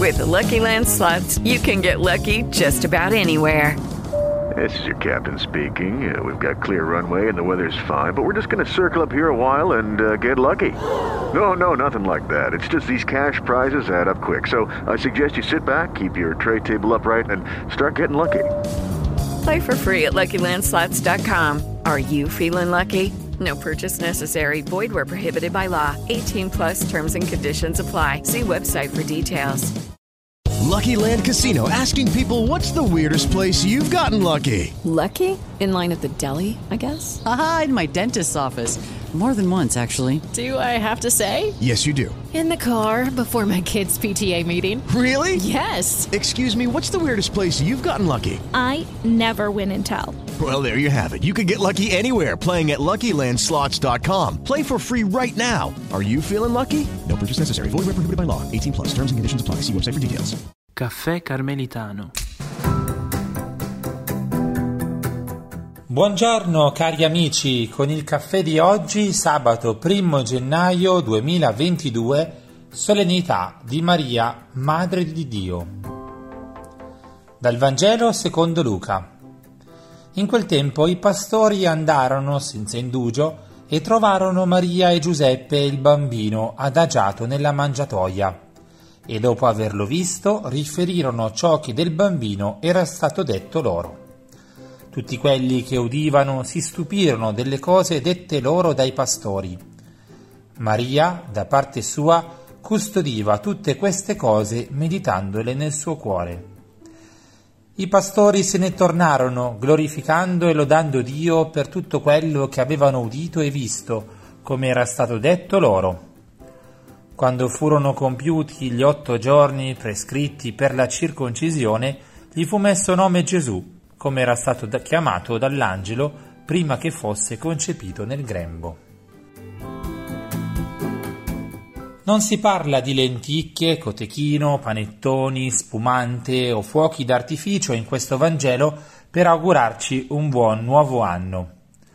With the Lucky Land Slots, you can get lucky just about anywhere. This is your captain speaking. We've got clear runway and the weather's fine, but we're just going to circle up here a while and get lucky. No, nothing like that. It's just these cash prizes add up quick. So I suggest you sit back, keep your tray table upright, and start getting lucky. Play for free at LuckyLandSlots.com. Are you feeling lucky? No purchase necessary. Void where prohibited by law. 18 plus terms and conditions apply. See website for details. Lucky Land Casino, asking people, what's the weirdest place you've gotten lucky? Lucky? In line at the deli, I guess? Aha, in my dentist's office. More than once, actually. Do I have to say? Yes, you do. In the car before my kids' PTA meeting. Really? Yes. Excuse me, what's the weirdest place you've gotten lucky? I never win and tell. Well, there you have it. You can get lucky anywhere, playing at LuckyLandSlots.com. Play for free right now. Are you feeling lucky? No purchase necessary. Void where prohibited by law. 18 plus. Terms and conditions apply. See website for details. Caffè Carmelitano. Buongiorno cari amici, con il caffè di oggi, sabato 1 gennaio 2022, solennità di Maria, Madre di Dio. Dal Vangelo secondo Luca. In quel tempo i pastori andarono senza indugio e trovarono Maria e Giuseppe e il bambino adagiato nella mangiatoia. E dopo averlo visto, riferirono ciò che del bambino era stato detto loro. Tutti quelli che udivano si stupirono delle cose dette loro dai pastori. Maria, da parte sua, custodiva tutte queste cose meditandole nel suo cuore. I pastori se ne tornarono, glorificando e lodando Dio per tutto quello che avevano udito e visto, come era stato detto loro. Quando furono compiuti gli 8 giorni prescritti per la circoncisione, gli fu messo nome Gesù, come era stato chiamato dall'angelo prima che fosse concepito nel grembo. Non si parla di lenticchie, cotechino, panettoni, spumante o fuochi d'artificio in questo Vangelo per augurarci un buon nuovo anno.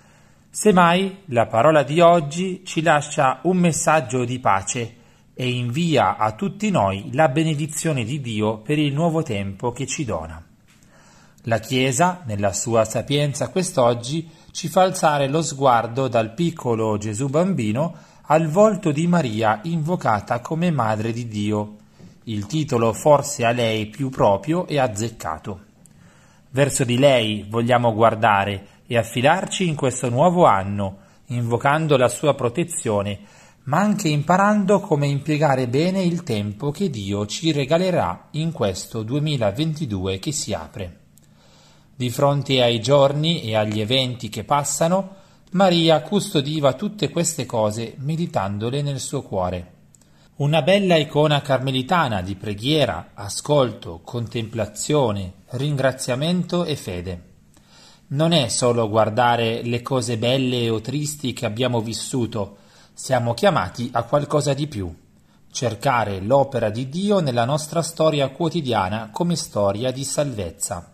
Semmai, la parola di oggi ci lascia un messaggio di pace e invia a tutti noi la benedizione di Dio per il nuovo tempo che ci dona. La Chiesa, nella sua sapienza quest'oggi, ci fa alzare lo sguardo dal piccolo Gesù bambino al volto di Maria invocata come Madre di Dio, il titolo forse a lei più proprio e azzeccato. Verso di lei vogliamo guardare e affidarci in questo nuovo anno, invocando la sua protezione, ma anche imparando come impiegare bene il tempo che Dio ci regalerà in questo 2022 che si apre. Di fronte ai giorni e agli eventi che passano, Maria custodiva tutte queste cose meditandole nel suo cuore. Una bella icona carmelitana di preghiera, ascolto, contemplazione, ringraziamento e fede. Non è solo guardare le cose belle o tristi che abbiamo vissuto, siamo chiamati a qualcosa di più. Cercare l'opera di Dio nella nostra storia quotidiana come storia di salvezza.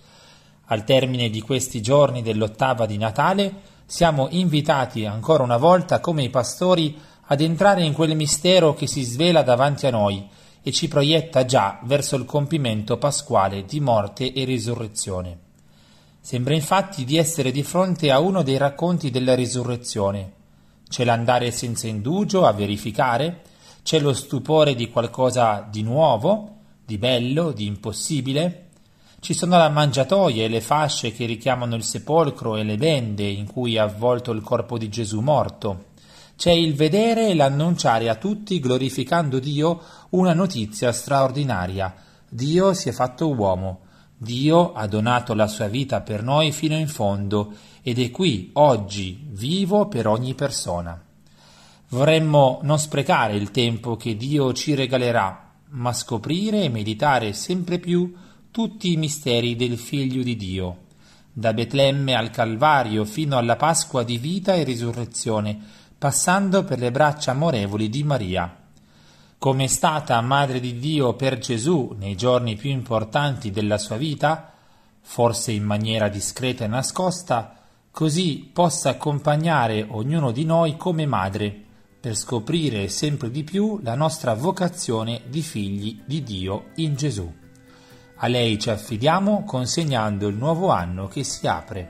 Al termine di questi giorni dell'ottava di Natale siamo invitati ancora una volta come i pastori ad entrare in quel mistero che si svela davanti a noi e ci proietta già verso il compimento pasquale di morte e risurrezione. Sembra infatti di essere di fronte a uno dei racconti della risurrezione. C'è l'andare senza indugio a verificare, c'è lo stupore di qualcosa di nuovo, di bello, di impossibile. Ci sono la mangiatoia e le fasce che richiamano il sepolcro e le bende in cui è avvolto il corpo di Gesù morto. C'è il vedere e l'annunciare a tutti, glorificando Dio, una notizia straordinaria. Dio si è fatto uomo. Dio ha donato la sua vita per noi fino in fondo ed è qui, oggi, vivo per ogni persona. Vorremmo non sprecare il tempo che Dio ci regalerà, ma scoprire e meditare sempre più tutti i misteri del Figlio di Dio, da Betlemme al Calvario fino alla Pasqua di vita e risurrezione, passando per le braccia amorevoli di Maria. Come è stata Madre di Dio per Gesù nei giorni più importanti della sua vita, forse in maniera discreta e nascosta, così possa accompagnare ognuno di noi come madre, per scoprire sempre di più la nostra vocazione di figli di Dio in Gesù. A lei ci affidiamo consegnando il nuovo anno che si apre.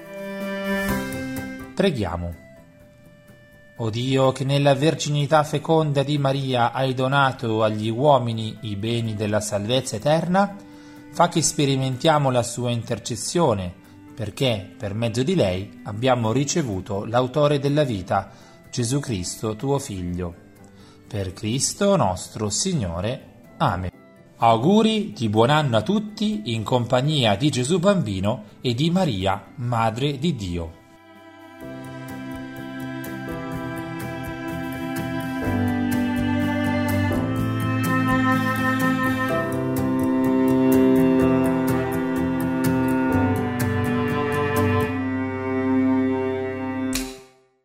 Preghiamo. O Dio, che nella verginità feconda di Maria hai donato agli uomini i beni della salvezza eterna, fa che sperimentiamo la sua intercessione, perché per mezzo di lei abbiamo ricevuto l'autore della vita, Gesù Cristo, tuo Figlio. Per Cristo nostro Signore. Amen. Auguri di buon anno a tutti in compagnia di Gesù Bambino e di Maria, Madre di Dio.